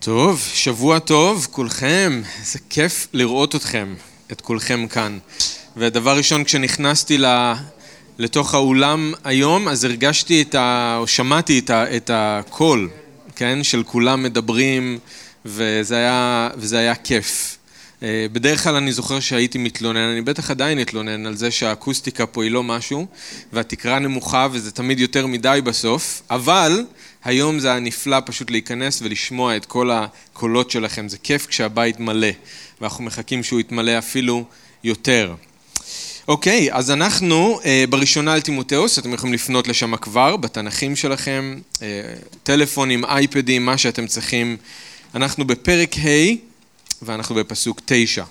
טוב, שבוע טוב, כולכם. איזה כיף לראות אתכם, את כולכם כאן. והדבר ראשון, כשנכנסתי לתוך האולם היום, אז הרגשתי או שמעתי את הקול, כן? של כולם מדברים, וזה היה כיף. בדרך כלל אני זוכר שהייתי מתלונן, אני בטח עדיין מתלונן על זה שהאקוסטיקה פה היא לא משהו, והתקרה נמוכה וזה תמיד יותר מדי בסוף, אבל היום זה היה נפלא פשוט להיכנס ולשמוע את כל הקולות שלכם, זה כיף כשהבית מלא, ואנחנו מחכים שהוא יתמלא אפילו יותר. אוקיי, אז אנחנו בראשונה על תימותאוס, אתם יכולים לפנות לשם כבר, בתנכים שלכם, טלפונים, אייפדים, מה שאתם צריכים. אנחנו בפרק ה' ואנחנו בפסוק 9.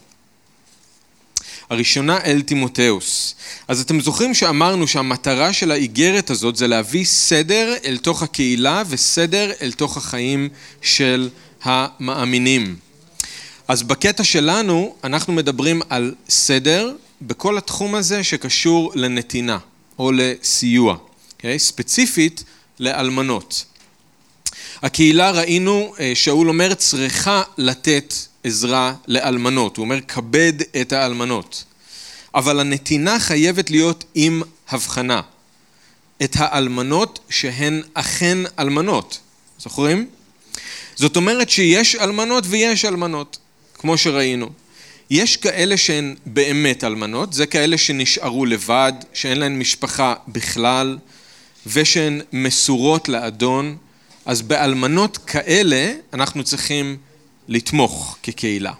הראשונה אל תימותאוס. אז אתם זוכרים שאמרנו שהמטרה של האיגרת הזאת זה להביא סדר אל תוך הקהילה וסדר אל תוך החיים של המאמינים. אז בקטע שלנו אנחנו מדברים על סדר בכל התחום הזה שקשור לנתינה או לסיוע, okay? ספציפית לאלמנות. הקהילה ראינו, שאול אומר, צריכה לתת עזרה לאלמנות. הוא אומר, כבד את האלמנות. אבל הנתינה חייבת להיות עם הבחנה. את האלמנות שהן אכן אלמנות. זוכרים? זאת אומרת שיש אלמנות ויש אלמנות, כמו שראינו. יש כאלה שהן באמת אלמנות, זה כאלה שנשארו לבד, שאין להן משפחה בכלל, ושהן מסורות לאדון. אז באלמנות כאלה אנחנו צריכים לתמוך כקהילה.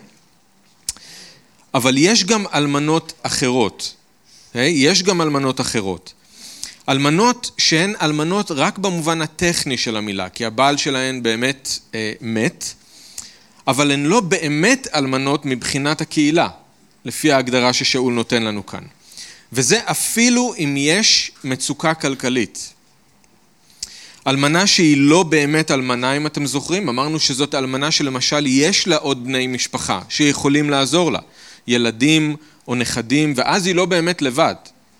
אבל יש גם אלמנות אחרות. יש גם אלמנות אחרות. אלמנות שהן אלמנות רק במובן הטכני של המילה, כי הבעל שלהן באמת מת, אבל הן לא באמת אלמנות מבחינת הקהילה, לפי ההגדרה ששאול נותן לנו כאן. וזה אפילו אם יש מצוקה כלכלית. אלמנה שהיא לא באמת אלמנה, אם אתם זוכרים, אמרנו שזאת אלמנה שלמשל יש לה עוד בני משפחה שיכולים לעזור לה, ילדים או נכדים, ואז היא לא באמת לבד.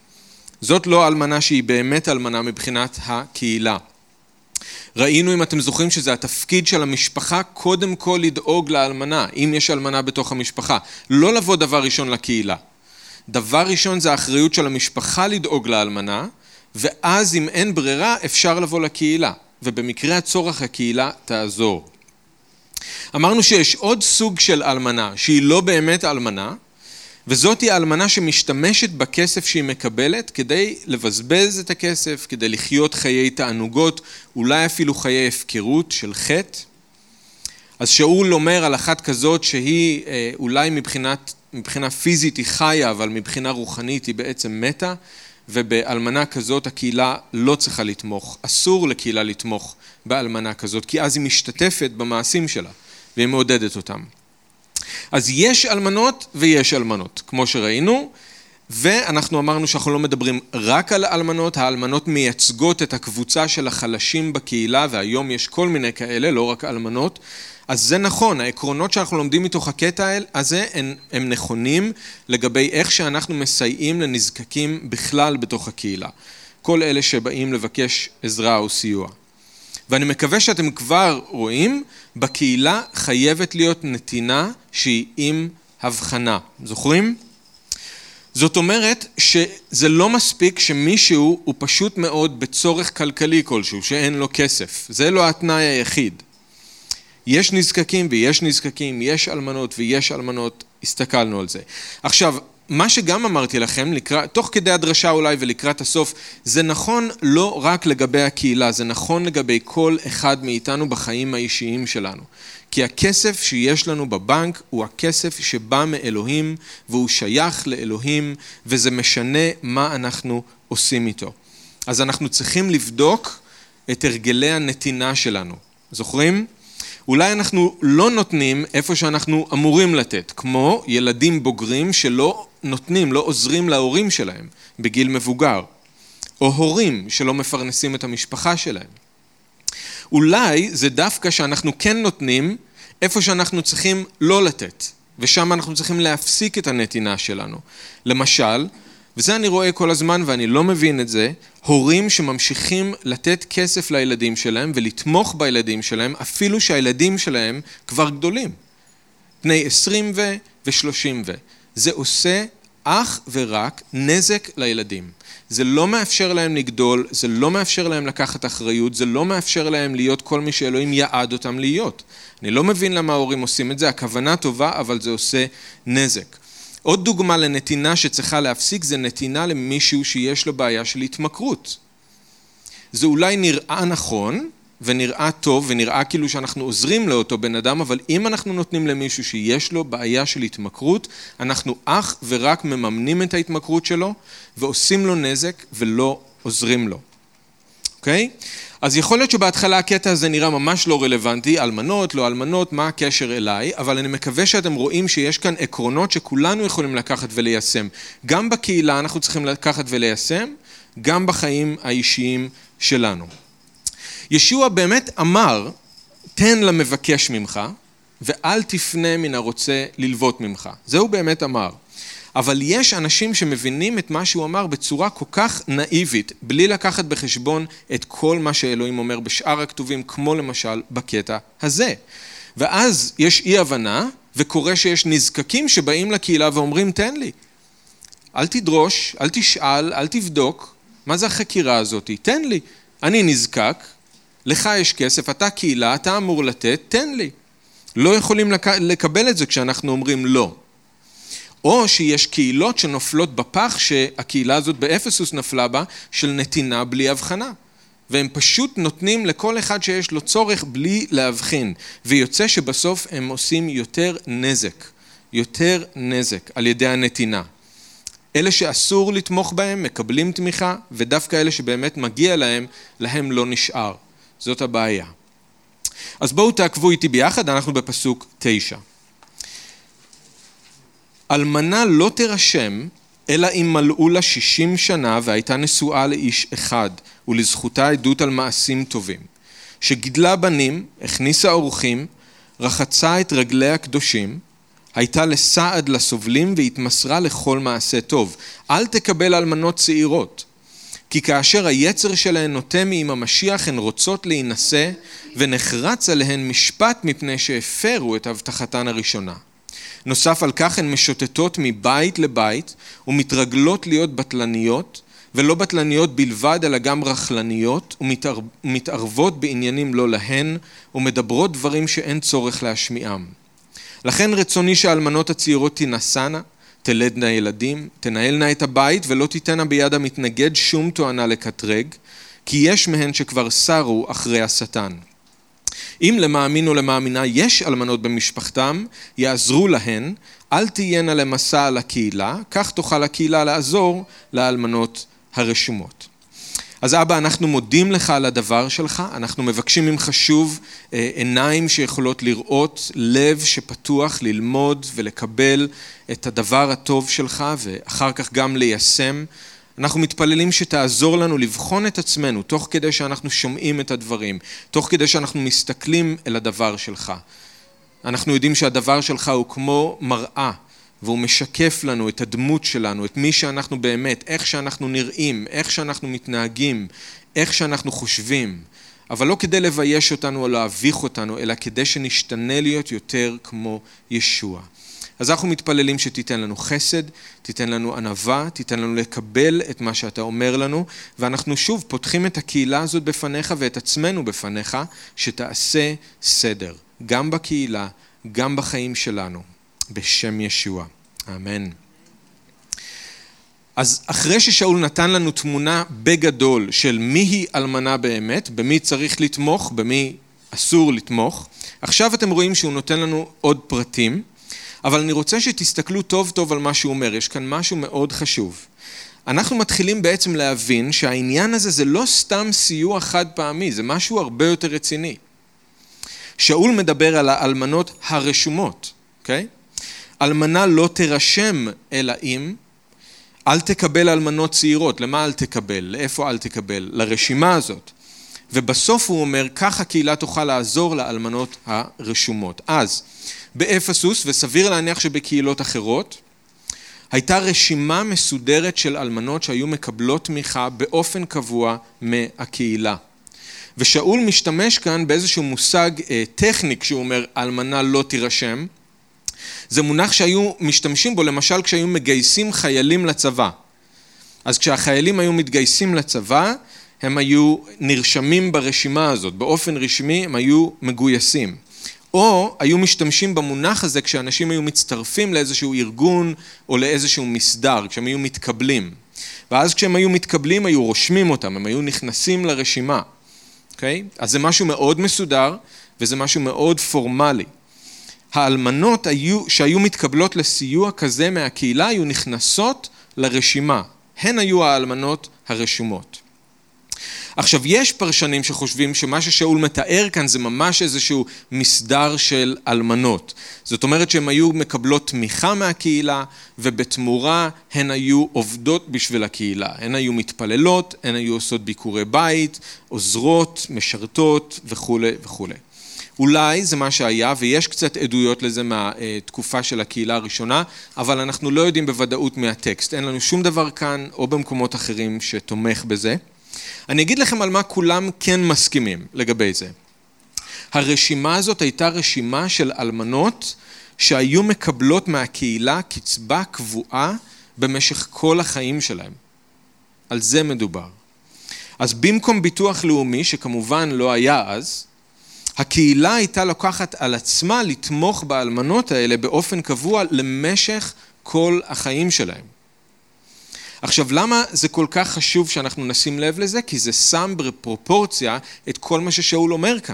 זאת לא אלמנה שהיא באמת אלמנה מבחינת הקהילה. ראינו, אם אתם זוכרים, שזה התפקיד של המשפחה קודם כל לדאוג לאלמנה, אם יש אלמנה בתוך המשפחה. לא לבוא דבר ראשון לקהילה. דבר ראשון זה האחריות של המשפחה לדאוג לאלמנה, ואז אם אין ברירה אפשר לבוא לקהילה, ובמקרה הצורך הקהילה תעזור. אמרנו שיש עוד סוג של אלמנה שהיא לא באמת אלמנה, וזאת היא האלמנה שמשתמשת בכסף שהיא מקבלת כדי לבזבז את הכסף, כדי לחיות חיי תענוגות, אולי אפילו חיי הפקרות של חטא. אז שאול אומר על אחת כזאת שהיא אולי מבחינה פיזית היא חיה, אבל מבחינה רוחנית היא בעצם מתה, ובאלמנה כזאת הקהילה לא צריכה לתמוך, אסור לקהילה לתמוך באלמנה כזאת, כי אז היא משתתפת במעשים שלה, והיא מעודדת אותם. אז יש אלמנות ויש אלמנות, כמו שראינו, ואנחנו אמרנו שאנחנו לא מדברים רק על האלמנות, האלמנות מייצגות את הקבוצה של החלשים בקהילה, והיום יש כל מיני כאלה, לא רק אלמנות, אז זה נכון, העקרונות שאנחנו לומדים מתוך הקטע הזה הם נכונים לגבי איך שאנחנו מסייעים לנזקקים בכלל בתוך הקהילה. כל אלה שבאים לבקש עזרה או סיוע. ואני מקווה שאתם כבר רואים, בקהילה חייבת להיות נתינה שהיא עם הבחנה. זוכרים? זאת אומרת שזה לא מספיק שמישהו הוא פשוט מאוד בצורך כלכלי כלשהו, שאין לו כסף. זה לא התנאי היחיד. יש נזקקים ויש נזקקים, יש אלמנות ויש אלמנות, הסתכלנו על זה. עכשיו, מה שגם אמרתי לכם, תוך כדי הדרשה אולי ולקראת הסוף, זה נכון לא רק לגבי הקהילה, זה נכון לגבי כל אחד מאיתנו בחיים האישיים שלנו. כי הכסף שיש לנו בבנק הוא הכסף שבא מאלוהים, והוא שייך לאלוהים, וזה משנה מה אנחנו עושים איתו. אז אנחנו צריכים לבדוק את הרגלי הנתינה שלנו. זוכרים? אולי אנחנו לא נותנים איפה שאנחנו אמורים לתת, כמו ילדים בוגרים שלא נותנים, לא עוזרים להורים שלהם בגיל מבוגר, או הורים שלא מפרנסים את המשפחה שלהם. אולי זה דווקא שאנחנו כן נותנים איפה שאנחנו צריכים לא לתת, ושם אנחנו צריכים להפסיק את הנתינה שלנו. למשל, וזה אני רואה כל הזמן ואני לא מבין את זה, הורים שממשיכים לתת כסף לילדים שלהם ולתמוך בילדים שלהם, אפילו שהילדים שלהם כבר גדולים. בני 20 ו-30 זה עושה אך ורק נזק לילדים. זה לא מאפשר להם לגדול, זה לא מאפשר להם לקחת אחריות, זה לא מאפשר להם להיות כל מי שאלוהים יעד אותם להיות. אני לא מבין למה ההורים עושים את זה, הכוונה טובה, אבל זה עושה נזק. עוד דוגמה לנתינה שצריכה להפסיק, זה נתינה למישהו שיש לו בעיה של התמכרות. זה אולי נראה נכון, ונראה טוב, ונראה כאילו שאנחנו עוזרים לאותו בן אדם, אבל אם אנחנו נותנים למישהו שיש לו בעיה של התמכרות, אנחנו אך ורק מממנים את ההתמכרות שלו, ועושים לו נזק ולא עוזרים לו. אוקיי? אז יכול להיות שבהתחלה הקטע הזה נראה ממש לא רלוונטי, אלמנות, לא אלמנות, מה הקשר אליי, אבל אני מקווה שאתם רואים שיש כאן עקרונות שכולנו יכולים לקחת וליישם. גם בקהילה אנחנו צריכים לקחת וליישם, גם בחיים האישיים שלנו. ישוע באמת אמר, תן למבקש ממך, ואל תפנה מן הרוצה ללוות ממך. זהו באמת אמר. אבל יש אנשים שמבינים את מה שהוא אמר בצורה כל כך נאיבית, בלי לקחת בחשבון את כל מה שאלוהים אומר בשאר הכתובים, כמו למשל בקטע הזה. ואז יש אי הבנה, וקורה שיש נזקקים שבאים לקהילה ואומרים, תן לי. אל תדרוש, אל תשאל, אל תבדוק. מה זה החקירה הזאת? תן לי. אני נזקק, לך יש כסף, אתה קהילה, אתה אמור לתת, תן לי. לא יכולים לקבל את זה כשאנחנו אומרים לא. או שיש קהילות שנופלות בפח שהקהילה הזאת באפסוס נפלה בה, של נתינה בלי הבחנה. והם פשוט נותנים לכל אחד שיש לו צורך בלי להבחין. ויוצא שבסוף הם עושים יותר נזק על ידי הנתינה. אלה שאסור לתמוך בהם מקבלים תמיכה, ודווקא אלה שבאמת מגיע להם לא נשאר. זאת הבעיה. אז בואו תעקבו איתי ביחד, אנחנו בפסוק 9. אלמנה לא תרשם, אלא אם מלאו לה 60 שנה והייתה נשואה לאיש אחד, ולזכותה עדות על מעשים טובים. שגידלה בנים, הכניסה אורחים, רחצה את רגלי הקדושים, הייתה לסעד לסובלים והתמסרה לכל מעשה טוב. אל תקבל אלמנות צעירות, כי כאשר היצר שלהן נוטה מעם המשיח, הן רוצות להינשא, ונחרץ עליהן משפט מפני שהפרו את הבטחתן הראשונה. נוסף על כך הן משוטטות מבית לבית, ומתרגלות להיות בטלניות, ולא בטלניות בלבד, אלא גם רכלניות, ומתערבות בעניינים לא להן, ומדברות דברים שאין צורך להשמיעם. לכן רצוני שהאלמנות הצעירות תינשאנה, תלדנה ילדים, תנהלנה את הבית, ולא תיתנה ביד המתנגד שום טוענה לקטרג, כי יש מהן שכבר סרו אחרי השטן. אם למאמין או למאמינה יש אלמנות במשפחתם, יעזרו להן, אל תהיינה למסע על הקהילה, כך תוכל הקהילה לעזור לאלמנות הרשומות. אז אבא, אנחנו מודים לך על הדבר שלך, אנחנו מבקשים ממך שוב עיניים שיכולות לראות, לב שפתוח ללמוד ולקבל את הדבר הטוב שלך, ואחר כך גם ליישם. אנחנו מתפללים שתעזור לנו לבחון את עצמנו, תוך כדי שאנחנו שומעים את הדברים, תוך כדי שאנחנו מסתכלים אל הדבר שלך. אנחנו יודעים שהדבר שלך הוא כמו מראה, והוא משקף לנו את הדמות שלנו, את מי שאנחנו באמת, איך שאנחנו נראים, איך שאנחנו מתנהגים, איך שאנחנו חושבים, אבל לא כדי לבייש אותנו או להביך אותנו, אלא כדי שנשתנה להיות יותר כמו ישוע. אז אנחנו מתפללים שתיתן לנו חסד, תיתן לנו ענווה, תיתן לנו לקבל את מה שאתה אומר לנו, ואנחנו שוב פותחים את הקהילה הזאת בפניך ואת עצמנו בפניך, שתעשה סדר, גם בקהילה, גם בחיים שלנו, בשם ישוע. אמן. אז אחרי ששאול נתן לנו תמונה בגדול של מי היא אלמנה באמת, במי צריך לתמוך, במי אסור לתמוך, עכשיו אתם רואים שהוא נותן לנו עוד פרטים, אבל אני רוצה שתסתכלו טוב טוב על מה שהוא אומר, יש כאן משהו מאוד חשוב. אנחנו מתחילים בעצם להבין שהעניין הזה זה לא סתם סיוע חד פעמי, זה משהו הרבה יותר רציני. שאול מדבר על האלמנות הרשומות, אוקיי? אלמנה לא תרשם אלא אם, אל תקבל אלמנות צעירות, למה אל תקבל? לאיפה אל תקבל? לרשימה הזאת. ובסוף הוא אומר, כך הקהילה תוכל לעזור לאלמנות הרשומות. אז, באפסוס, וסביר להניח שבקהילות אחרות, הייתה רשימה מסודרת של אלמנות שהיו מקבלות תמיכה באופן קבוע מהקהילה. ושאול משתמש כאן באיזשהו מושג טכני כשהוא אומר אלמנה לא תירשם. זה מונח שהיו משתמשים בו למשל כשהיו מגייסים חיילים לצבא. אז כשהחיילים היו מתגייסים לצבא, הם היו נרשמים ברשימה הזאת, באופן רשמי הם היו מגויסים. או היו משתמשים במונח הזה כשאנשים היו מצטרפים לאיזשהו ארגון או לאיזשהו מסדר, כשהם היו מתקבלים. ואז כשהם היו מתקבלים היו רושמים אותם, הם היו נכנסים לרשימה. אוקיי? אז זה משהו מאוד מסודר וזה משהו מאוד פורמלי. האלמנות שהיו מתקבלות לסיוע כזה מהקהילה היו נכנסות לרשימה. הן היו האלמנות הרשומות. עכשיו יש פרשנים שחושבים שמה ששאול מתאר כאן זה ממש איזשהו מסדר של אלמנות. זאת אומרת שהן היו מקבלות תמיכה מהקהילה ובתמורה הן היו עובדות בשביל הקהילה. הן היו מתפללות, הן היו עושות ביקורי בית, עוזרות, משרתות וכו' וכו'. אולי זה מה שהיה ויש קצת עדויות לזה מהתקופה של הקהילה הראשונה, אבל אנחנו לא יודעים בוודאות מהטקסט. אין לנו שום דבר כאן או במקומות אחרים שתומך בזה. אני אגיד לכם על מה כולם כן מסכימים לגבי זה. הרשימה הזאת הייתה רשימה של אלמנות שהיו מקבלות מהקהילה קצבה קבועה במשך כל החיים שלהם. על זה מדובר. אז במקום ביטוח לאומי, שכמובן לא היה אז, הקהילה הייתה לוקחת על עצמה לתמוך באלמנות האלה באופן קבוע למשך כל החיים שלהם. עכשיו, למה זה כל כך חשוב שאנחנו נשים לב לזה? כי זה שם בפרופורציה את כל מה ששאול אומר כאן.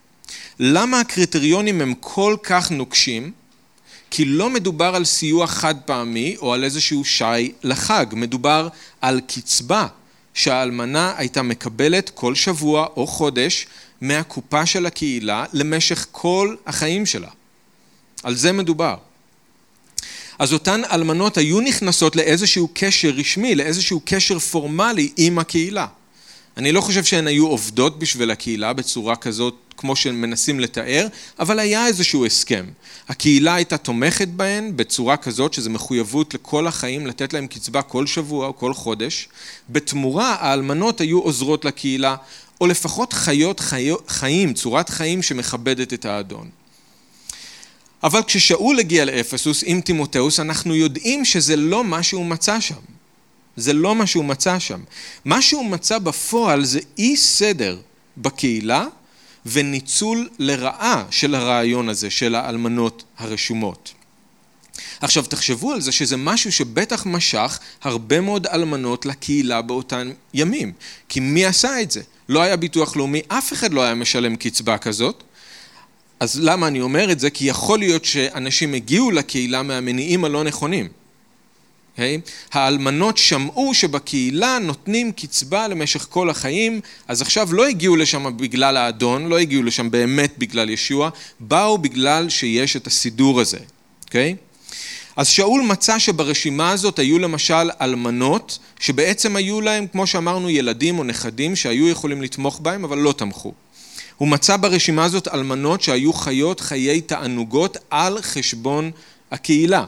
למה הקריטריונים הם כל כך נוקשים? כי לא מדובר על סיוע חד פעמי או על איזשהו שי לחג. מדובר על קצבה שהאלמנה הייתה מקבלת כל שבוע או חודש מהקופה של הקהילה למשך כל החיים שלה. על זה מדובר. אז אותן אלמנות היו נכנסות לאיזשהו קשר רשמי, לאיזשהו קשר פורמלי עם הקהילה. אני לא חושב שהן היו עובדות בשביל הקהילה בצורה כזאת כמו שמנסים לתאר, אבל היה איזשהו הסכם. הקהילה הייתה תומכת בהן בצורה כזאת שזה מחויבות לכל החיים, לתת להם קצבה כל שבוע או כל חודש. בתמורה האלמנות היו עוזרות לקהילה, או לפחות חיות חיים, צורת חיים שמכבדת את האדון. אבל כששאול הגיע לאפסוס עם תימותאוס, אנחנו יודעים שזה לא מה שהוא מצא שם. זה לא מה שהוא מצא שם. מה שהוא מצא בפועל זה אי סדר בקהילה וניצול לרעה של הרעיון הזה, של האלמנות הרשומות. עכשיו תחשבו על זה שזה משהו שבטח משך הרבה מאוד אלמנות לקהילה באותן ימים. כי מי עשה את זה? לא היה ביטוח לאומי, אף אחד לא היה משלם קצבה כזאת. אז למה אני אומר את זה? כי יכול להיות שאנשים הגיעו לקהילה מהמניעים הלא נכונים. האלמנות שמעו שבקהילה נותנים קצבה למשך כל החיים, אז עכשיו לא הגיעו לשם בגלל האדון, לא הגיעו לשם באמת בגלל ישוע, באו בגלל שיש את הסידור הזה. אז שאול מצא שברשימה הזאת היו למשל אלמנות, שבעצם היו להם, כמו שאמרנו, ילדים או נכדים שהיו יכולים לתמוך בהם, אבל לא תמכו. הוא מצא ברשימה הזאת אלמנות שהיו חיות חיי תענוגות על חשבון הקהילה.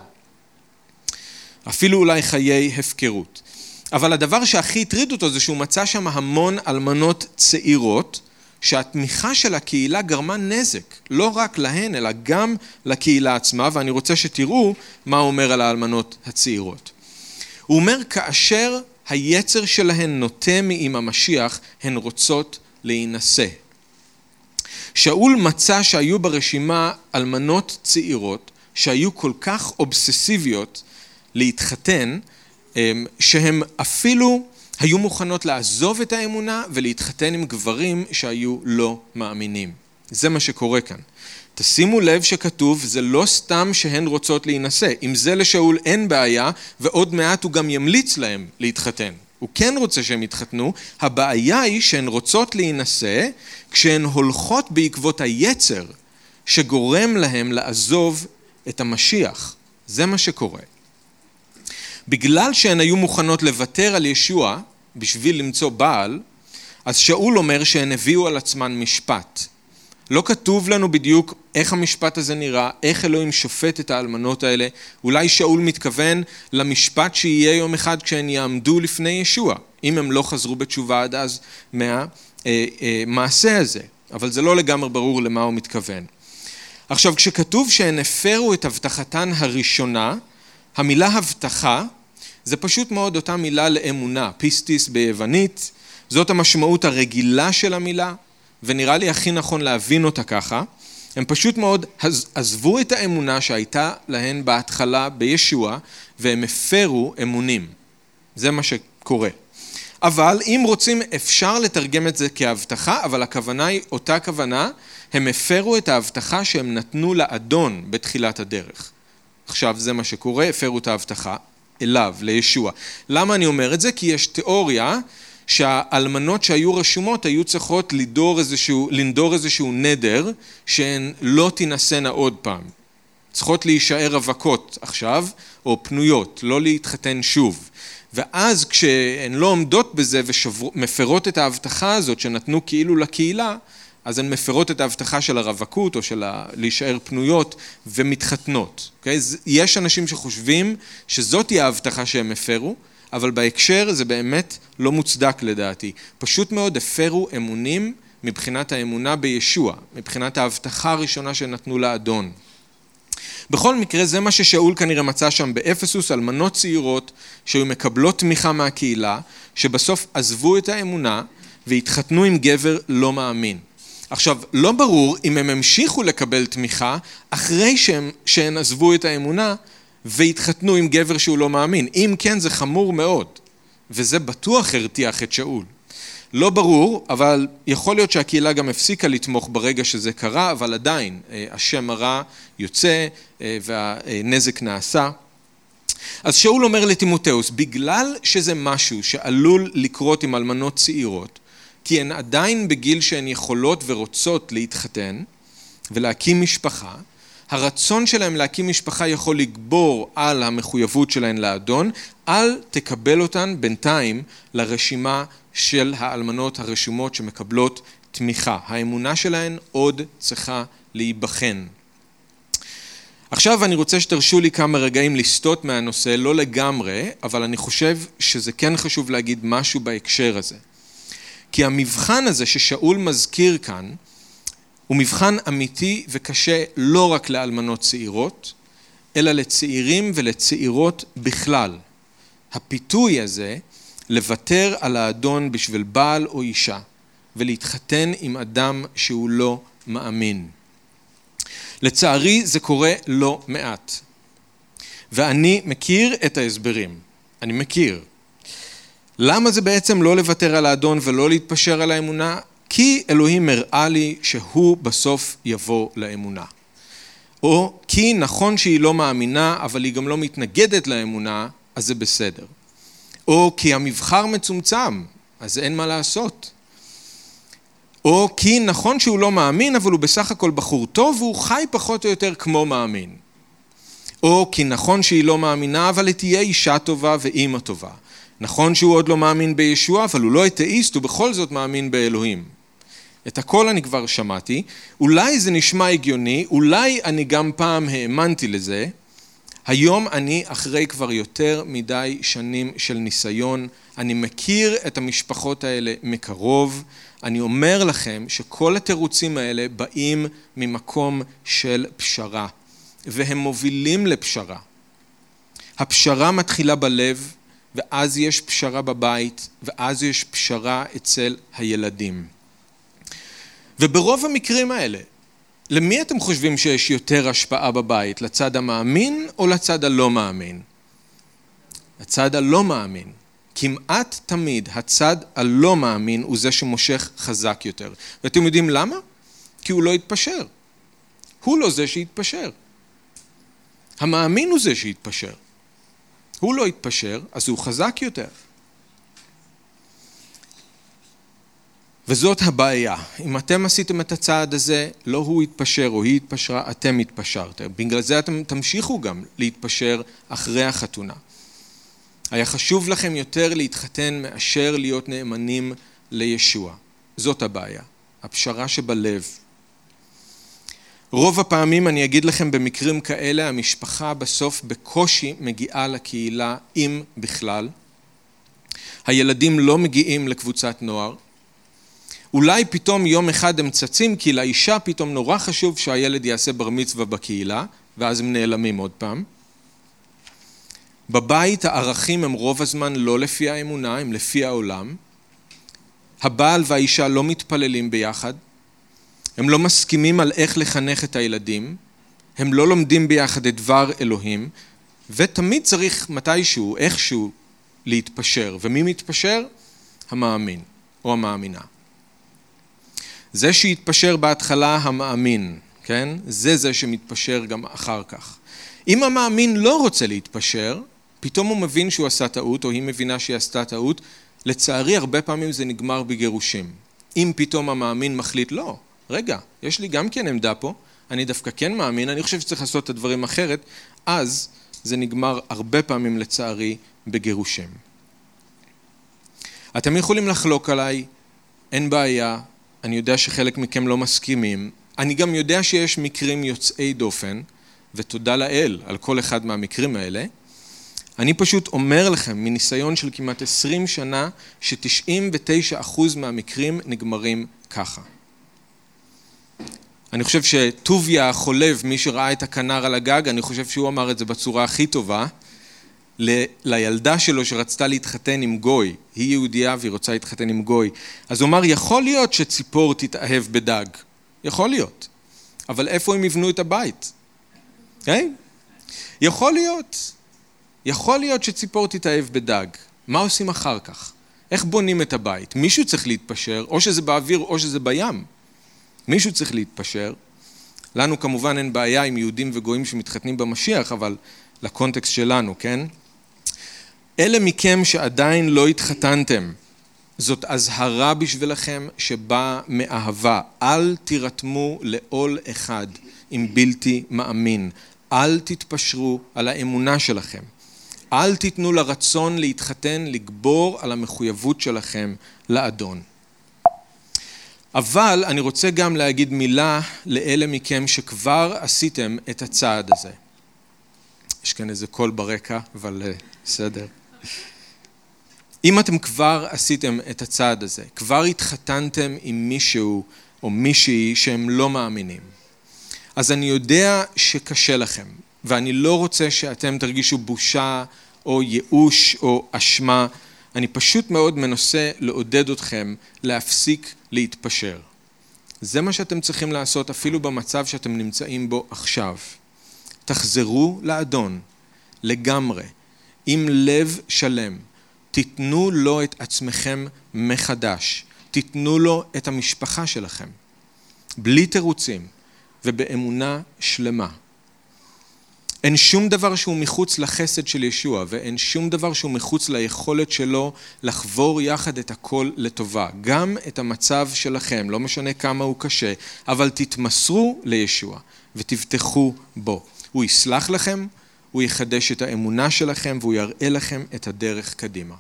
אפילו אולי חיי הפקרות. אבל הדבר שהכי הטריד אותו זה שהוא מצא שם המון אלמנות צעירות, שהתמיכה של הקהילה גרמה נזק, לא רק להן אלא גם לקהילה עצמה, ואני רוצה שתראו מה הוא אומר על האלמנות הצעירות. הוא אומר כאשר היצר שלהן נוטה מעם המשיח, הן רוצות להינשא. שאול מצא שהיו ברשימה אלמנות צעירות שהיו כל כך אובססיביות להתחתן, שהן אפילו היו מוכנות לעזוב את האמונה ולהתחתן עם גברים שהיו לא מאמינים. זה מה שקורה כאן. תשימו לב שכתוב, זה לא סתם שהן רוצות להינשא. עם זה לשאול אין בעיה, ועוד מעט הוא גם ימליץ להם להתחתן. הוא כן רוצה שהם יתחתנו, הבעיה היא שהן רוצות להינשא כשהן הולכות בעקבות היצר שגורם להם לעזוב את המשיח. זה מה שקורה. בגלל שהן היו מוכנות לוותר על ישוע בשביל למצוא בעל, אז שאול אומר שהן הביאו על עצמן משפט. לא כתוב לנו בדיוק איך המשפט הזה נראה, איך אלוהים שופט את האלמנות האלה. אולי שאול מתכוון למשפט שיהיה יום אחד כשהן יעמדו לפני ישוע, אם הם לא חזרו בתשובה עד אז מהמעשה הזה. אבל זה לא לגמרי ברור למה הוא מתכוון. עכשיו, כשכתוב שהן הפרו את הבטחתן הראשונה, המילה הבטחה זה פשוט מאוד אותה מילה לאמונה, פיסטיס ביוונית, זאת המשמעות הרגילה של המילה, ונראה לי הכי נכון להבין אותה ככה. הם פשוט מאוד עזבו את האמונה שהייתה להן בהתחלה בישוע, והם הפרו אמונים. זה מה שקורה. אבל אם רוצים אפשר לתרגם את זה כהבטחה, אבל הכוונה היא אותה כוונה, הם הפרו את ההבטחה שהם נתנו לאדון בתחילת הדרך. עכשיו זה מה שקורה, הפרו את ההבטחה אליו, לישוע. למה אני אומר את זה? כי יש תיאוריה שהאלמנות שהיו רשומות היו צריכות לנדור איזשהו נדר שהן לא תנסנה עוד פעם. צריכות להישאר רווקות עכשיו או פנויות, לא להתחתן שוב. ואז כשהן לא עומדות בזה ומפרות את ההבטחה הזאת שנתנו כאילו לקהילה, אז הן מפרות את ההבטחה של הרווקות או של להישאר פנויות ומתחתנות. Okay? יש אנשים שחושבים שזאת היא ההבטחה שהם הפרו, אבל בהקשר זה באמת לא מוצדק לדעתי. פשוט מאוד הפרו אמונים מבחינת האמונה בישוע, מבחינת ההבטחה הראשונה שנתנו לאדון. בכל מקרה זה מה ששאול כנראה מצא שם באפסוס, אלמנות צעירות שהיו מקבלות תמיכה מהקהילה, שבסוף עזבו את האמונה והתחתנו עם גבר לא מאמין. עכשיו, לא ברור אם הם המשיכו לקבל תמיכה אחרי שהן עזבו את האמונה והתחתנו עם גבר שהוא לא מאמין. אם כן, זה חמור מאוד, וזה בטוח הרתיח את שאול. לא ברור, אבל יכול להיות שהקהילה גם הפסיקה לתמוך ברגע שזה קרה, אבל עדיין השם הרע יוצא והנזק נעשה. אז שאול אומר לתימותאוס, בגלל שזה משהו שעלול לקרות עם אלמנות צעירות, כי הן עדיין בגיל שהן יכולות ורוצות להתחתן ולהקים משפחה, הרצון שלהם להקים משפחה יכול לגבור על המחויבות שלהן לאדון, אל תקבל אותן בינתיים לרשימה של האלמנות הרשומות שמקבלות תמיכה. האמונה שלהן עוד צריכה להיבחן. עכשיו אני רוצה שתרשו לי כמה רגעים לסטות מהנושא, לא לגמרי, אבל אני חושב שזה כן חשוב להגיד משהו בהקשר הזה. כי המבחן הזה ששאול מזכיר כאן, הוא מבחן אמיתי וקשה לא רק לאלמנות צעירות, אלא לצעירים ולצעירות בכלל. הפיתוי הזה לוותר על האדון בשביל בעל או אישה, ולהתחתן עם אדם שהוא לא מאמין. לצערי זה קורה לא מעט. ואני מכיר את ההסברים. אני מכיר. למה זה בעצם לא לוותר על האדון ולא להתפשר על האמונה? כי אלוהים הראה לי שהוא בסוף יבוא לאמונה. או כי נכון שהיא לא מאמינה, אבל היא גם לא מתנגדת לאמונה, אז זה בסדר. או כי המבחר מצומצם, אז אין מה לעשות. או כי נכון שהוא לא מאמין, אבל הוא בסך הכל בחור טוב, והוא חי פחות או יותר כמו מאמין. או כי נכון שהיא לא מאמינה, אבל היא תהיה אישה טובה ואימא טובה. נכון שהוא עוד לא מאמין בישוע, אבל הוא לא אתאיסט, הוא בכל זאת מאמין באלוהים. את הכל אני כבר שמעתי, אולי זה נשמע הגיוני, אולי אני גם פעם האמנתי לזה, היום אני אחרי כבר יותר מדי שנים של ניסיון, אני מכיר את המשפחות האלה מקרוב, אני אומר לכם שכל התירוצים האלה באים ממקום של פשרה, והם מובילים לפשרה. הפשרה מתחילה בלב, ואז יש פשרה בבית, ואז יש פשרה אצל הילדים. וברוב המקרים האלה, למי אתם חושבים שיש יותר השפעה בבית? לצד המאמין או לצד הלא מאמין? הצד הלא מאמין. כמעט תמיד הצד הלא מאמין הוא זה שמושך חזק יותר. ואתם יודעים למה? כי הוא לא יתפשר. הוא לא זה שיתפשר. המאמין הוא זה שיתפשר. הוא לא יתפשר, אז הוא חזק יותר. וזאת הבעיה. אם אתם עשיתם את הצעד הזה, לא הוא יתפשר או היא יתפשרה, אתם התפשרתם. בגלל זה אתם תמשיכו גם להתפשר אחרי החתונה. היה חשוב לכם יותר להתחתן מאשר להיות נאמנים לישוע. זאת הבעיה. הפשרה שבלב. רוב הפעמים אני אגיד לכם במקרים כאלה, המשפחה בסוף בקושי מגיעה לקהילה, אם בכלל. הילדים לא מגיעים לקבוצת נוער. אולי פתאום יום אחד הם צצים, כי לאישה פתאום נורא חשוב שהילד יעשה בר מצווה בקהילה, ואז הם נעלמים עוד פעם. בבית הערכים הם רוב הזמן לא לפי האמונה, הם לפי העולם. הבעל והאישה לא מתפללים ביחד. הם לא מסכימים על איך לחנך את הילדים. הם לא לומדים ביחד את דבר אלוהים. ותמיד צריך מתישהו, איכשהו, להתפשר. ומי מתפשר? המאמין או המאמינה. זה שיתפשר בהתחלה המאמין, כן? זה שמתפשר גם אחר כך. אם המאמין לא רוצה להתפשר, פתאום הוא מבין שהוא עשה טעות, או היא מבינה שהיא עשתה טעות, לצערי הרבה פעמים זה נגמר בגירושים. אם פתאום המאמין מחליט, לא, רגע, יש לי גם כן עמדה פה, אני דווקא כן מאמין, אני חושב שצריך לעשות את הדברים אחרת, אז זה נגמר הרבה פעמים לצערי בגירושים. אתם יכולים לחלוק עליי, אין בעיה, אני יודע שחלק מכם לא מסכימים, אני גם יודע שיש מקרים יוצאי דופן, ותודה לאל על כל אחד מהמקרים האלה. אני פשוט אומר לכם, מניסיון של כמעט 20 שנה, ש99% מהמקרים נגמרים ככה. אני חושב שטוביה החולב, מי שראה את הכנר על הגג, אני חושב שהוא אמר את זה בצורה הכי טובה, לילדה שלו שרצתה להתחתן עם גוי, היא יהודייה והיא רוצה להתחתן עם גוי, אז הוא אמר, יכול להיות שציפור תתאהב בדג, יכול להיות, אבל איפה הם יבנו את הבית? יכול להיות שציפור תתאהב בדג, מה עושים אחר כך? איך בונים את הבית? מישהו צריך להתפשר, או שזה באוויר או שזה בים, מישהו צריך להתפשר, לנו כמובן אין בעיה עם יהודים וגויים שמתחתנים במשיח, אבל לקונטקסט שלנו, כן? אלה מכם שעדיין לא התחתנתם, זאת הזהרה בשבילכם שבאה מאהבה. אל תירתמו לעול אחד עם בלתי מאמין. אל תתפשרו על האמונה שלכם. אל תיתנו לרצון להתחתן לגבור על המחויבות שלכם לאדון. אבל אני רוצה גם להגיד מילה לאלה מכם שכבר עשיתם את הצעד הזה. יש כאן איזה קול ברקע, אבל בסדר. אם אתם כבר עשיתם את הצעד הזה, כבר התחתנתם עם מישהו או מישהי שהם לא מאמינים, אז אני יודע שקשה לכם, ואני לא רוצה שאתם תרגישו בושה או ייאוש או אשמה, אני פשוט מאוד מנסה לעודד אתכם להפסיק להתפשר. זה מה שאתם צריכים לעשות אפילו במצב שאתם נמצאים בו עכשיו. תחזרו לאדון לגמרי, עם לב שלם. תיתנו לו את עצמכם מחדש. תיתנו לו את המשפחה שלכם. בלי תירוצים ובאמונה שלמה. אין שום דבר שהוא מחוץ לחסד של ישוע, ואין שום דבר שהוא מחוץ ליכולת שלו לחבור יחד את הכל לטובה. גם את המצב שלכם, לא משנה כמה הוא קשה, אבל תתמסרו לישוע ותבטחו בו. הוא יסלח לכם, הוא יחדש את האמונה שלכם והוא יראה לכם את הדרך קדימה.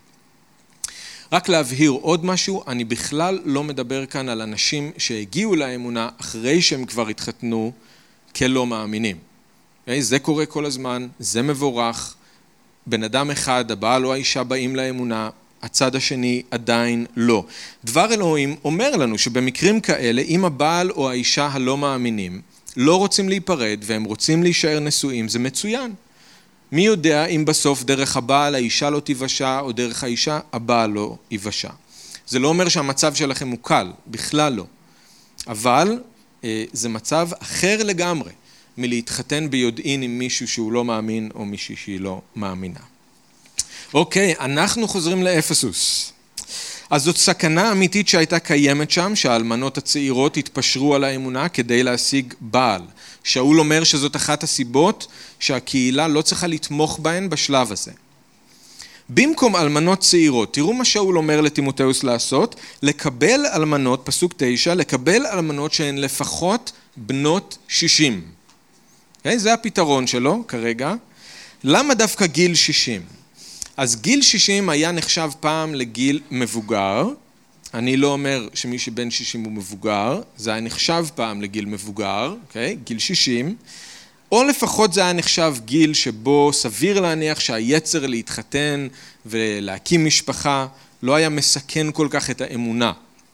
רק להבהיר עוד משהו, אני בכלל לא מדבר כאן על אנשים שהגיעו לאמונה אחרי שהם כבר התחתנו כלא מאמינים. זה קורה כל הזמן, זה מבורך, בן אדם אחד, הבעל או האישה באים לאמונה, הצד השני עדיין לא. דבר אלוהים אומר לנו שבמקרים כאלה, אם הבעל או האישה הלא מאמינים, לא רוצים להיפרד והם רוצים להישאר נשואים, זה מצוין. מי יודע אם בסוף דרך הבעל האישה לא תיוושע, או דרך האישה הבעל לא ייוושע. זה לא אומר שהמצב שלכם הוא קל, בכלל לא. אבל זה מצב אחר לגמרי מלהתחתן ביודעין עם מישהו שהוא לא מאמין או מישהי שהיא לא מאמינה. אוקיי, אנחנו חוזרים לאפסוס. אז זאת סכנה אמיתית שהייתה קיימת שם, שהאלמנות הצעירות התפשרו על האמונה כדי להשיג בעל. שאול אומר שזאת אחת הסיבות שהקהילה לא צריכה לתמוך בהן בשלב הזה. במקום אלמנות צעירות, תראו מה שאול אומר לתימותאוס לעשות, לקבל אלמנות, פסוק 9, לקבל אלמנות שהן לפחות בנות 60. זה הפתרון שלו כרגע. למה דווקא גיל 60? אז גיל 60 היה נחשב פעם לגיל מבוגר, אני לא אומר שמי שבן 60 הוא מבוגר, זה היה נחשב פעם לגיל מבוגר, אוקיי? גיל 60, או לפחות זה היה נחשב גיל שבו סביר להניח שהיצר להתחתן ולהקים משפחה לא היה מסכן כל כך את האמונה.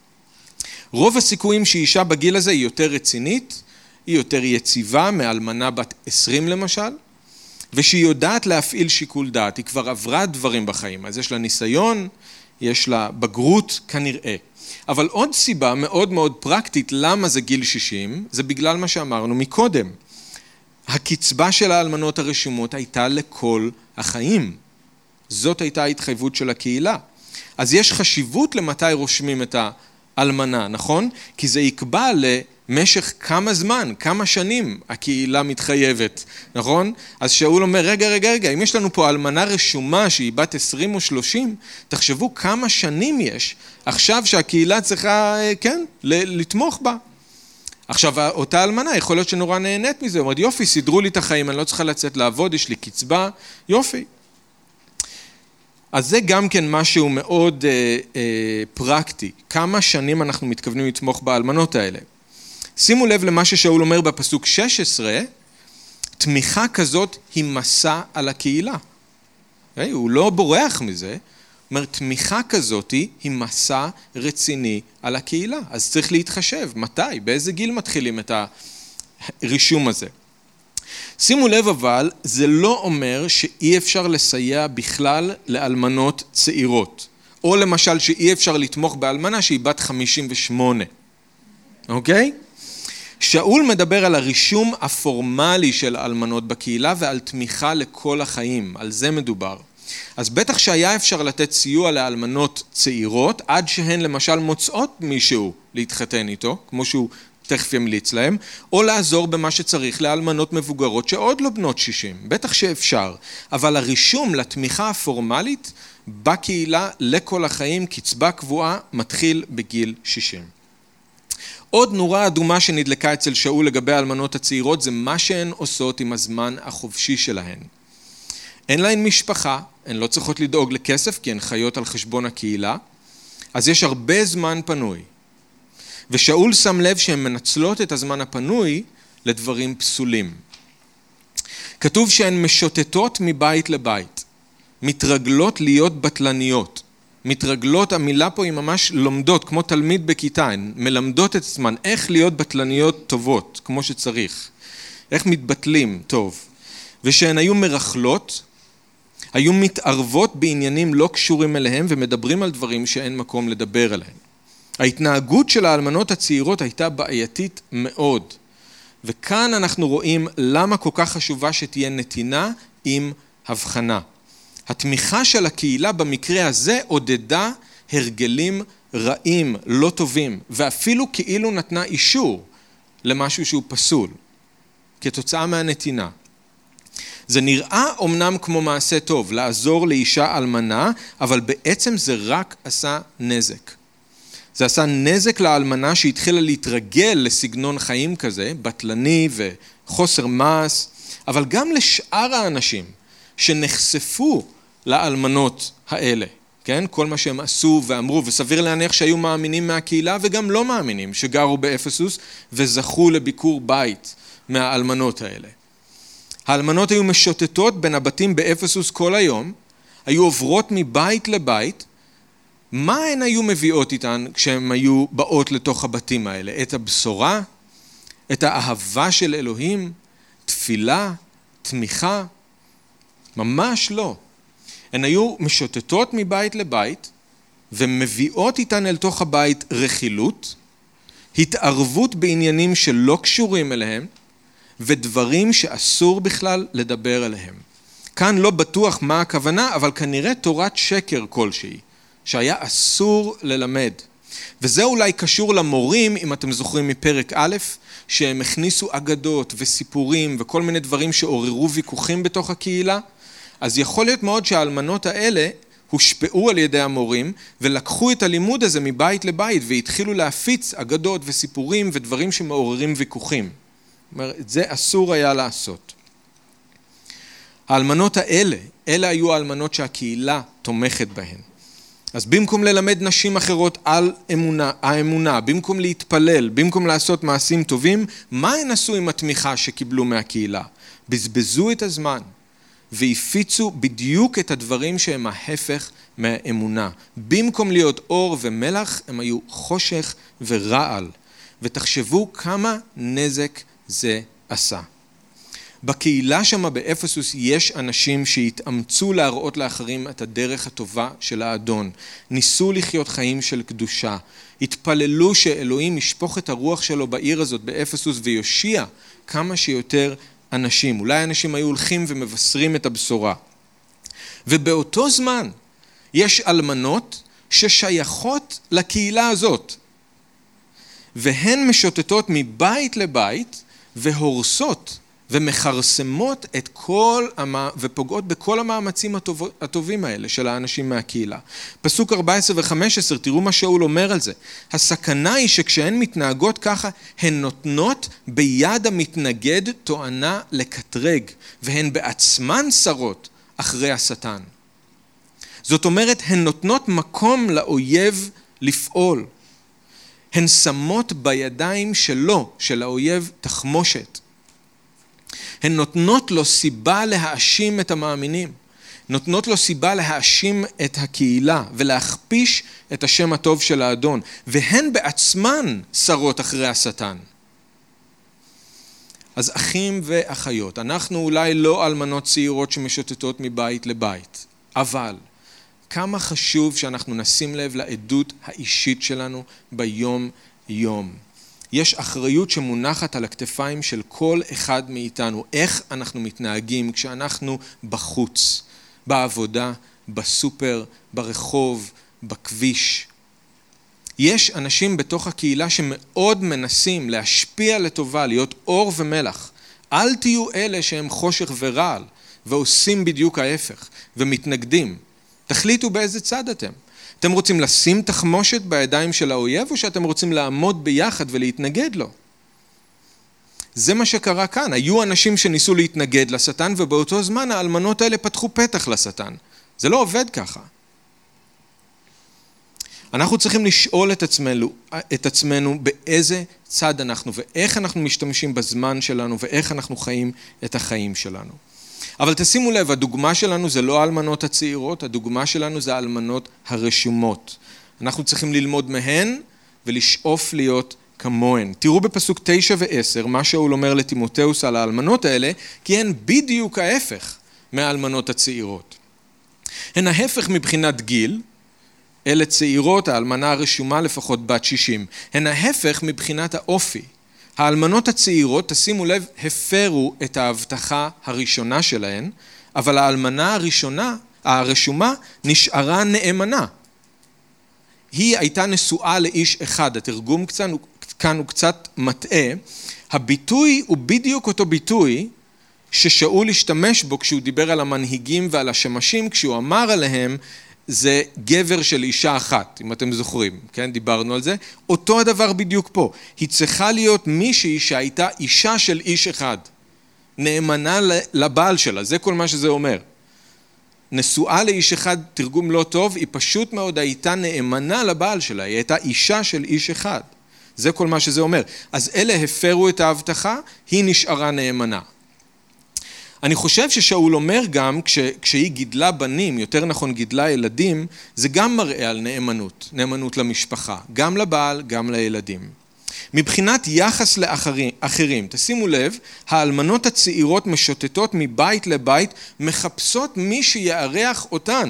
רוב הסיכויים שאישה בגיל הזה היא יותר רצינית, היא יותר יציבה מאלמנה בת 20 למשל, ושהיא יודעת להפעיל שיקול דעת, היא כבר עברה דברים בחיים, אז יש לה ניסיון, יש לה בגרות כנראה. אבל עוד סיבה מאוד מאוד פרקטית למה זה גיל 60, זה בגלל מה שאמרנו מקודם. הקצבה של האלמנות הרשומות הייתה לכל החיים. זאת הייתה ההתחייבות של הקהילה. אז יש חשיבות למתי רושמים את האלמנה, נכון? כי זה יקבע למשך כמה זמן, כמה שנים הקהילה מתחייבת, נכון? אז שאול אומר, רגע, אם יש לנו פה אלמנה רשומה שהיא בת 20 או 30, תחשבו כמה שנים יש עכשיו שהקהילה צריכה, כן, לתמוך בה. עכשיו, אותה אלמנה יכול להיות שנורא נהנית מזה, אומרת, יופי, סידרו לי את החיים, אני לא צריכה לצאת לעבוד, יש לי קצבה, יופי. אז זה גם כן משהו מאוד פרקטי, כמה שנים אנחנו מתכוונים לתמוך באלמנות האלה. שימו לב למה ששאול אומר בפסוק 16, תמיכה כזאת היא מסע על הקהילה. הוא לא בורח מזה, אומר, תמיכה כזאת היא מסע רציני על הקהילה, אז צריך להתחשב, מתי, באיזה גיל מתחילים את הרישום הזה. שימו לב אבל, זה לא אומר שאי אפשר לסייע בכלל לאלמנות צעירות, או למשל שאי אפשר לתמוך באלמנה שהיא בת 58, אוקיי? שאול מדבר על הרישום הפורמלי של אלמנות בקהילה ועל תמיכה לכל החיים, על זה מדובר. אז בטח שהיה אפשר לתת סיוע לאלמנות צעירות, עד שהן למשל מוצאות מישהו להתחתן איתו, כמו שהוא תכף ימליץ להם, או לעזור במה שצריך לאלמנות מבוגרות שעוד לא בנות 60, בטח שאפשר, אבל הרישום לתמיכה הפורמלית בקהילה לכל החיים, קצבה קבועה, מתחיל בגיל 60. עוד נורה אדומה שנדלקה אצל שאול לגבי האלמנות הצעירות, זה מה שהן עושות עם הזמן החופשי שלהן. אין להן משפחה, הן לא צריכות לדאוג לכסף כי הן חיות על חשבון הקהילה, אז יש הרבה זמן פנוי. ושאול שם לב שהן מנצלות את הזמן הפנוי לדברים פסולים. כתוב שהן משוטטות מבית לבית, מתרגלות להיות בטלניות, מתרגלות, המילה פה היא ממש לומדות, כמו תלמיד בכיתה, הן מלמדות את עצמן איך להיות בטלניות טובות, כמו שצריך, איך מתבטלים טוב, ושהן היו מרחלות, היו מתערבות בעניינים לא קשורים אליהם ומדברים על דברים שאין מקום לדבר עליהם. ההתנהגות של האלמנות הצעירות הייתה בעייתית מאוד, וכאן אנחנו רואים למה כל כך חשובה שתהיה נתינה עם הבחנה. התמיכה של הקהילה במקרה הזה עודדה הרגלים רעים, לא טובים, ואפילו כאילו נתנה אישור למשהו שהוא פסול, כתוצאה מהנתינה. זה נראה אומנם כמו מעשה טוב, לעזור לאישה אלמנה, אבל בעצם זה רק עשה נזק. זה עשה נזק לאלמנה שהתחילה להתרגל לסגנון חיים כזה, בטלני וחוסר מעש, אבל גם לשאר האנשים שנחשפו לאלמנות האלה, כן? כל מה שהם עשו ואמרו, וסביר להניח שהיו מאמינים מהקהילה וגם לא מאמינים, שגרו באפסוס וזכו לביקור בית מהאלמנות האלה. האלמנות היו משוטטות בין הבתים באפסוס כל היום, היו עוברות מבית לבית, מה הן היו מביאות איתן כשהן היו באות לתוך הבתים האלה? את הבשורה, את האהבה של אלוהים, תפילה, תמיכה? ממש לא. הן היו משוטטות מבית לבית ומביאות איתן אל תוך הבית רכילות, התערבות בעניינים שלא קשורים אליהם ודברים שאסור בכלל לדבר עליהם. כאן לא בטוח מה הכוונה, אבל כנראה תורת שקר כלשהי, שהיה אסור ללמד. וזה אולי קשור למורים, אם אתם זוכרים מפרק א', שהם הכניסו אגדות וסיפורים וכל מיני דברים שעוררו ויכוחים בתוך הקהילה, אז יכול להיות מאוד שהאלמנות האלה הושפעו על ידי המורים ולקחו את הלימוד הזה מבית לבית והתחילו להפיץ אגדות וסיפורים ודברים שמעוררים ויכוחים. זאת אומרת, זה אסור היה לעשות. האלמנות האלה, אלה היו האלמנות שהקהילה תומכת בהן. אז במקום ללמד נשים אחרות על האמונה, במקום להתפלל, במקום לעשות מעשים טובים, מה הן עשו עם התמיכה שקיבלו מהקהילה? בזבזו את הזמן והפיצו בדיוק את הדברים שהם ההפך מהאמונה. במקום להיות אור ומלח, הם היו חושך ורעל. ותחשבו כמה נזק זה עשה. בקהילה שם באפסוס יש אנשים שהתאמצו להראות לאחרים את הדרך הטובה של האדון. ניסו לחיות חיים של קדושה. התפללו שאלוהים ישפוך את הרוח שלו בעיר הזאת באפסוס ויושיע כמה שיותר אנשים. אולי אנשים היו הולכים ומבשרים את הבשורה. ובאותו זמן יש אלמנות ששייכות לקהילה הזאת. והן משוטטות מבית לבית והורסות ומחרסמות את ופוגעות בכל המאמצים הטובים האלה של האנשים מהקהילה. פסוק 14 ו-15, תראו מה שאול אומר על זה. הסכנה היא שכשהן מתנהגות ככה, הן נותנות ביד המתנגד תואנה לקטרג, והן בעצמן שרות אחרי השטן. זאת אומרת, הן נותנות מקום לאויב לפעול. הן שמות בידיים שלו, של האויב, תחמושת. הן נותנות לו סיבה להאשים את המאמינים. נותנות לו סיבה להאשים את הקהילה ולהכפיש את השם הטוב של האדון. והן בעצמן שרות אחרי השטן. אז אחים ואחיות, אנחנו אולי לא אלמנות צעירות שמשוטטות מבית לבית, אבל כמה חשוב שאנחנו נשים לב לעדות האישית שלנו ביום יום. יש אחריות שמונחת על הכתפיים של כל אחד מאיתנו, איך אנחנו מתנהגים כשאנחנו בחוץ, בעבודה, בסופר, ברחוב, בכביש. יש אנשים בתוך הקהילה שמאוד מנסים להשפיע לטובה, להיות אור ומלח. אל תהיו אלה שהם חושך ורעל, ועושים בדיוק ההפך, ומתנגדים. תחליטו באיזה צד אתם. אתם רוצים לשים תחמושת בידיים של האויב, או שאתם רוצים לעמוד ביחד ולהתנגד לו? זה מה שקרה כאן. היו אנשים שניסו להתנגד לשטן, ובאותו זמן האלמנות האלה פתחו פתח לשטן. זה לא עובד ככה. אנחנו צריכים לשאול את עצמנו באיזה צד אנחנו, ואיך אנחנו משתמשים בזמן שלנו, ואיך אנחנו חיים את החיים שלנו. אבל תשימו לב, הדוגמה שלנו זה לא האלמנות הצעירות, הדוגמה שלנו זה האלמנות הרשומות. אנחנו צריכים ללמוד מהן ולשאוף להיות כמוהן. תראו בפסוק 9 ו-10 מה שאול אומר לתימותאוס על האלמנות האלה, כי הן בדיוק ההפך מהאלמנות הצעירות. הן ההפך מבחינת גיל, אלה צעירות, האלמנה הרשומה לפחות בת 60. הן ההפך מבחינת האופי. האלמנות הצעירות, תשימו לב, הפרו את ההבטחה הראשונה שלהן, אבל האלמנה הרשומה, נשארה נאמנה. היא הייתה נשואה לאיש אחד, התרגום כאן הוא קצת מטעה. הביטוי הוא בדיוק אותו ביטוי ששאול השתמש בו כשהוא דיבר על המנהיגים ועל השמשים, כשהוא אמר עליהם, זה גבר של אישה אחת, אם אתם זוכרים, כן? דיברנו על זה. אותו הדבר בדיוק פה. היא צריכה להיות מישהי שהייתה אישה של איש אחד. נאמנה לבעל שלה, זה כל מה שזה אומר. נשואה לאיש אחד, תרגום לא טוב, היא פשוט מאוד הייתה נאמנה לבעל שלה, היא הייתה אישה של איש אחד. זה כל מה שזה אומר. אז אלה הפרו את ההבטחה, היא נשארה נאמנה. אני חושב ששאול אומר גם, כשהיא גידלה בנים, יותר נכון גידלה ילדים, זה גם מראה על נאמנות, נאמנות למשפחה, גם לבעל, גם לילדים. מבחינת יחס לאחרים, תשימו לב, האלמנות הצעירות משוטטות מבית לבית, מחפשות מי שיארח אותן.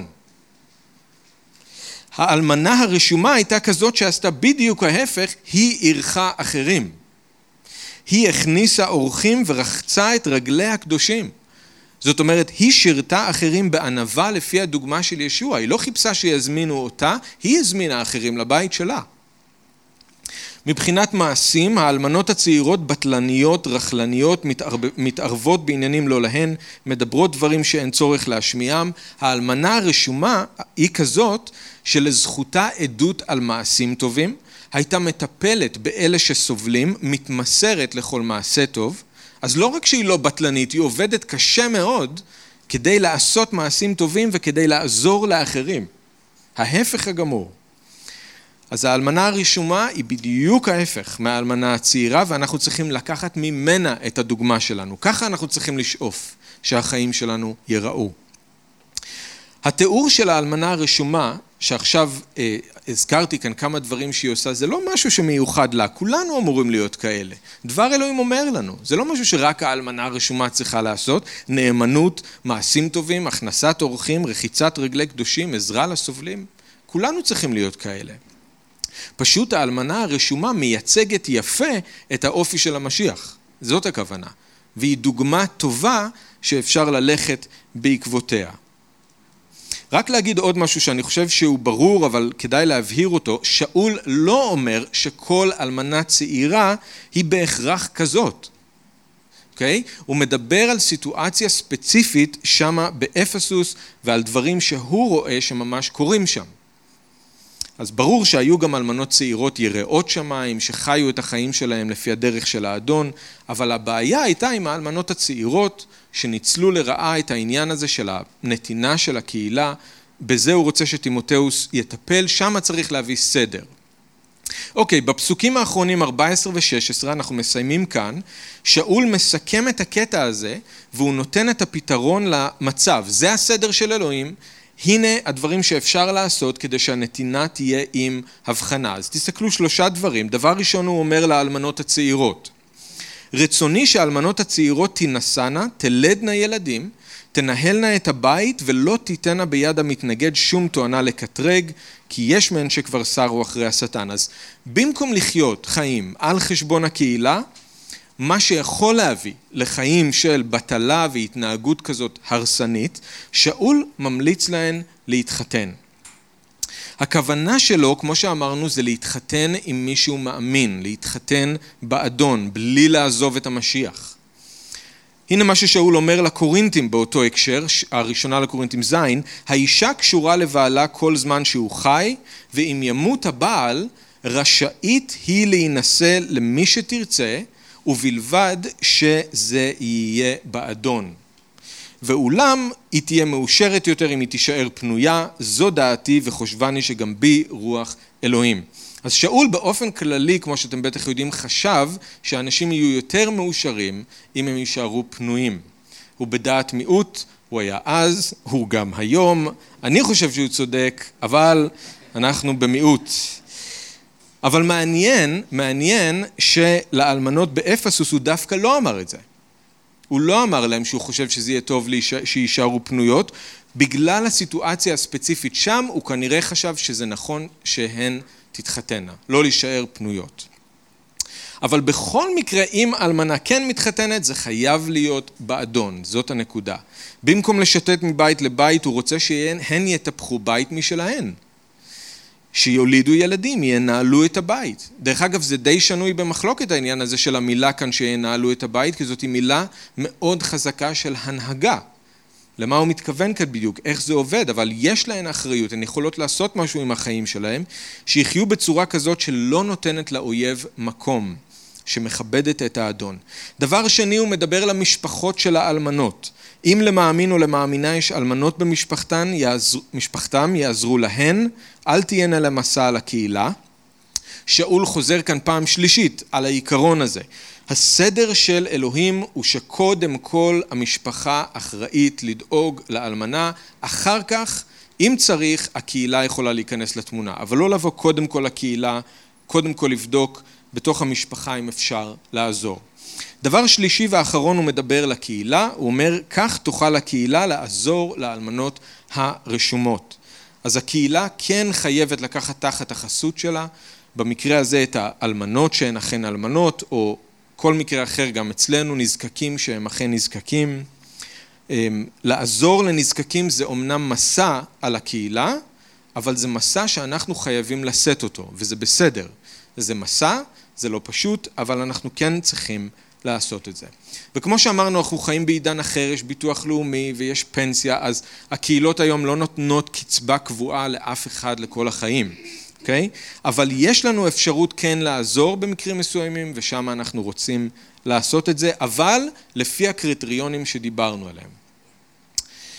האלמנה הרשומה הייתה כזאת שעשתה בדיוק ההפך, היא אירחה אחרים. היא הכניסה אורחים ורחצה את רגלי הקדושים. זאת אומרת, היא שירתה אחרים בענווה לפי הדוגמה של ישוע. היא לא חיפשה שיזמינו אותה, היא הזמינה אחרים לבית שלה. מבחינת מעשים, האלמנות הצעירות בטלניות, רכלניות, מתערבות בעניינים לא להן, מדברות דברים שאין צורך להשמיעם. האלמנה הרשומה היא כזאת שלזכותה עדות על מעשים טובים, הייתה מטפלת באלה שסובלים, מתמסרת לכל מעשה טוב, אז לא רק שהיא לא בטלנית, היא עובדת קשה מאוד כדי לעשות מעשים טובים וכדי לעזור לאחרים. ההפך הגמור. אז האלמנה הרשומה היא בדיוק ההפך מהאלמנה הצעירה, ואנחנו צריכים לקחת ממנה את הדוגמה שלנו. ככה אנחנו צריכים לשאוף שהחיים שלנו ייראו. התיאור של האלמנה הרשומה, שעכשיו הזכרתי כאן כמה דברים שהיא עושה, זה לא משהו שמיוחד לה, כולנו אמורים להיות כאלה. דבר אלוהים אומר לנו, זה לא משהו שרק האלמנה הרשומה צריכה לעשות, נאמנות, מעשים טובים, הכנסת אורחים, רחיצת רגלי קדושים, עזרה לסובלים, כולנו צריכים להיות כאלה. פשוט האלמנה הרשומה מייצגת יפה את האופי של המשיח, זאת הכוונה, והיא דוגמה טובה שאפשר ללכת בעקבותיה. רק להגיד עוד משהו שאני חושב שהוא ברור, אבל כדאי להבהיר אותו, שאול לא אומר שכל אלמנה צעירה היא בהכרח כזאת. אוקיי? הוא מדבר על סיטואציה ספציפית שמה באפסוס, ועל דברים שהוא רואה שממש קורים שם. אז ברור שהיו גם אלמנות צעירות יראות שמיים, שחיו את החיים שלהם לפי הדרך של האדון, אבל הבעיה הייתה עם האלמנות הצעירות, שניצלו לרעה את העניין הזה של הנתינה של הקהילה, בזה הוא רוצה שתימותאוס יטפל, שם צריך להביא סדר. אוקיי, בפסוקים האחרונים 14 ו-16 אנחנו מסיימים כאן, שאול מסכם את הקטע הזה, והוא נותן את הפתרון למצב. זה הסדר של אלוהים, הנה הדברים שאפשר לעשות כדי שהנתינה תהיה עם הבחנה. אז תסתכלו 3 דברים. דבר ראשון הוא אומר לאלמנות הצעירות. רצוני שהאלמנות הצעירות תנסנה, תלדנה ילדים, תנהלנה את הבית ולא תיתנה ביד המתנגד שום תואנה לקטרג, כי יש מהן שכבר סרו אחרי השטן. אז במקום לחיות חיים על חשבון הקהילה, מה שיכול להביא לחיים של בטלה והתנהגות כזאת הרסנית, שאול ממליץ להן להתחתן. הכוונה שלו, כמו שאמרנו, זה להתחתן עם מישהו מאמין, להתחתן באדון, בלי לעזוב את המשיח. הנה מה ששאול אומר לקורינתים באותו הקשר, הראשונה לקורינתים זין, האישה קשורה לבעלה כל זמן שהוא חי, ואם ימות הבעל, רשאית היא להינשא למי שתרצה, ובלבד שזה יהיה באדון. ואולם היא תהיה מאושרת יותר אם היא תישאר פנויה, זו דעתי וחושבני שגם בי רוח אלוהים. אז שאול באופן כללי, כמו שאתם בטח יודעים, חשב שאנשים יהיו יותר מאושרים אם הם יישארו פנויים. הוא בדעת מיעוט, הוא היה אז, הוא גם היום. אני חושב שהוא צודק, אבל אנחנו במיעוט. אבל מעניין שלאלמנות באפסוס הוא דווקא לא אמר את זה. הוא לא אמר להם שהוא חושב שזה יהיה טוב שישארו פנויות, בגלל הסיטואציה הספציפית שם הוא כנראה חשב שזה נכון שהן תתחתנה, לא להישאר פנויות. אבל בכל מקרה אם אלמנה כן מתחתנת זה חייב להיות באדון, זאת הנקודה. במקום לשתת מבית לבית הוא רוצה שהן יטפחו בית משלהן. שיולידו ילדים, ינהלו את הבית. דרך אגב, זה די שנוי במחלוקת העניין הזה של המילה כאן שינהלו את הבית, כי זאת היא מילה מאוד חזקה של הנהגה. למה הוא מתכוון כאן בדיוק? איך זה עובד? אבל יש להן אחריות, הן יכולות לעשות משהו עם החיים שלהם, שיחיו בצורה כזאת שלא נותנת לאויב מקום, שמכבדת את האדון. דבר שני, הוא מדבר למשפחות של האלמנות. אם למאמין או למאמינה יש אלמנות במשפחתם, יעזרו להן, אל תהיינה למסע על הקהילה. שאול חוזר כאן פעם שלישית על העיקרון הזה. הסדר של אלוהים הוא שקודם כל המשפחה אחראית לדאוג לאלמנה, אחר כך, אם צריך, הקהילה יכולה להיכנס לתמונה, אבל לא לבוא קודם כל לקהילה, קודם כל לבדוק בתוך המשפחה אם אפשר לעזור. דבר שלישי ואחרון הוא מדבר לקהילה, הוא אומר, כך תוכל הקהילה לעזור לאלמנות הרשומות. אז הקהילה כן חייבת לקחת תחת החסות שלה, במקרה הזה את האלמנות שהן אכן אלמנות, או כל מקרה אחר גם אצלנו נזקקים שהם אכן נזקקים. לעזור לנזקקים זה אומנם מסע על הקהילה, אבל זה מסע שאנחנו חייבים לשאת אותו, וזה בסדר. זה מסע, זה לא פשוט, אבל אנחנו כן צריכים לעשות את זה. וכמו שאמרנו, אנחנו חיים בעידן אחר, יש ביטוח לאומי ויש פנסיה, אז הקהילות היום לא נותנות קצבה קבועה לאף אחד לכל החיים. אוקיי? אבל יש לנו אפשרות כן לעזור במקרים מסוימים, ושם אנחנו רוצים לעשות את זה, אבל לפי הקריטריונים שדיברנו עליהם.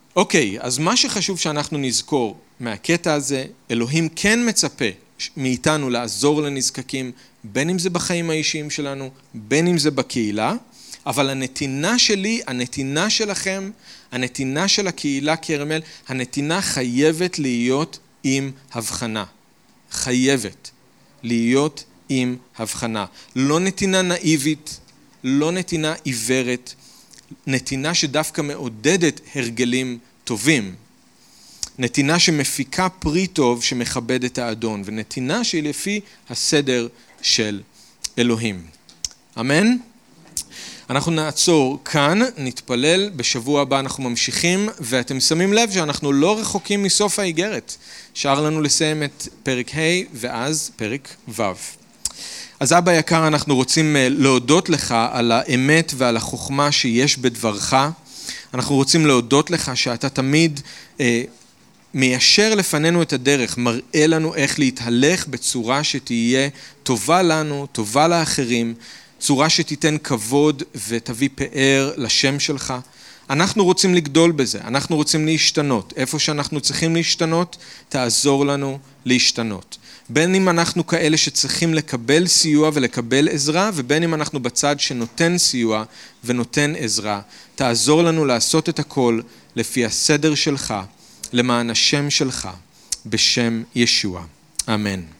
אוקיי, אז מה שחשוב שאנחנו נזכור מהקטע הזה, אלוהים כן מצפה מאיתנו לעזור לנזקקים, בין אם זה בחיים האישיים שלנו, בין אם זה בקהילה, אבל הנתינה שלי, הנתינה שלכם, הנתינה של הקהילה כרמל, הנתינה חייבת להיות עם הבחנה. חייבת להיות עם הבחנה. לא נתינה נאיבית, לא נתינה עיוורת, נתינה שדווקא מעודדת הרגלים טובים. נתינה שמפיקה פרי טוב שמכבד את האדון, ונתינה שהיא לפי הסדר של אלוהים. אמן? אנחנו נעצור כאן, נתפלל, בשבוע הבא אנחנו ממשיכים, ואתם שמים לב שאנחנו לא רחוקים מסוף האיגרת. שאר לנו לסיים את פרק ה' ואז פרק ו'. אז אבא יקר, אנחנו רוצים להודות לך על האמת ועל החוכמה שיש בדברך. אנחנו רוצים להודות לך שאתה תמיד מיישר לפנינו את הדרך, מראה לנו איך להתהלך בצורה שתהיה טובה לנו, טובה לאחרים, צורה שתיתן כבוד ותביא פאר לשם שלך. אנחנו רוצים לגדול בזה, אנחנו רוצים להשתנות. איפה שאנחנו צריכים להשתנות, תעזור לנו להשתנות. בין אם אנחנו כאלה שצריכים לקבל סיוע ולקבל עזרה, ובין אם אנחנו בצד שנותן סיוע ונותן עזרה, תעזור לנו לעשות את הכל לפי הסדר שלך, למען השם שלך, בשם ישוע. אמן.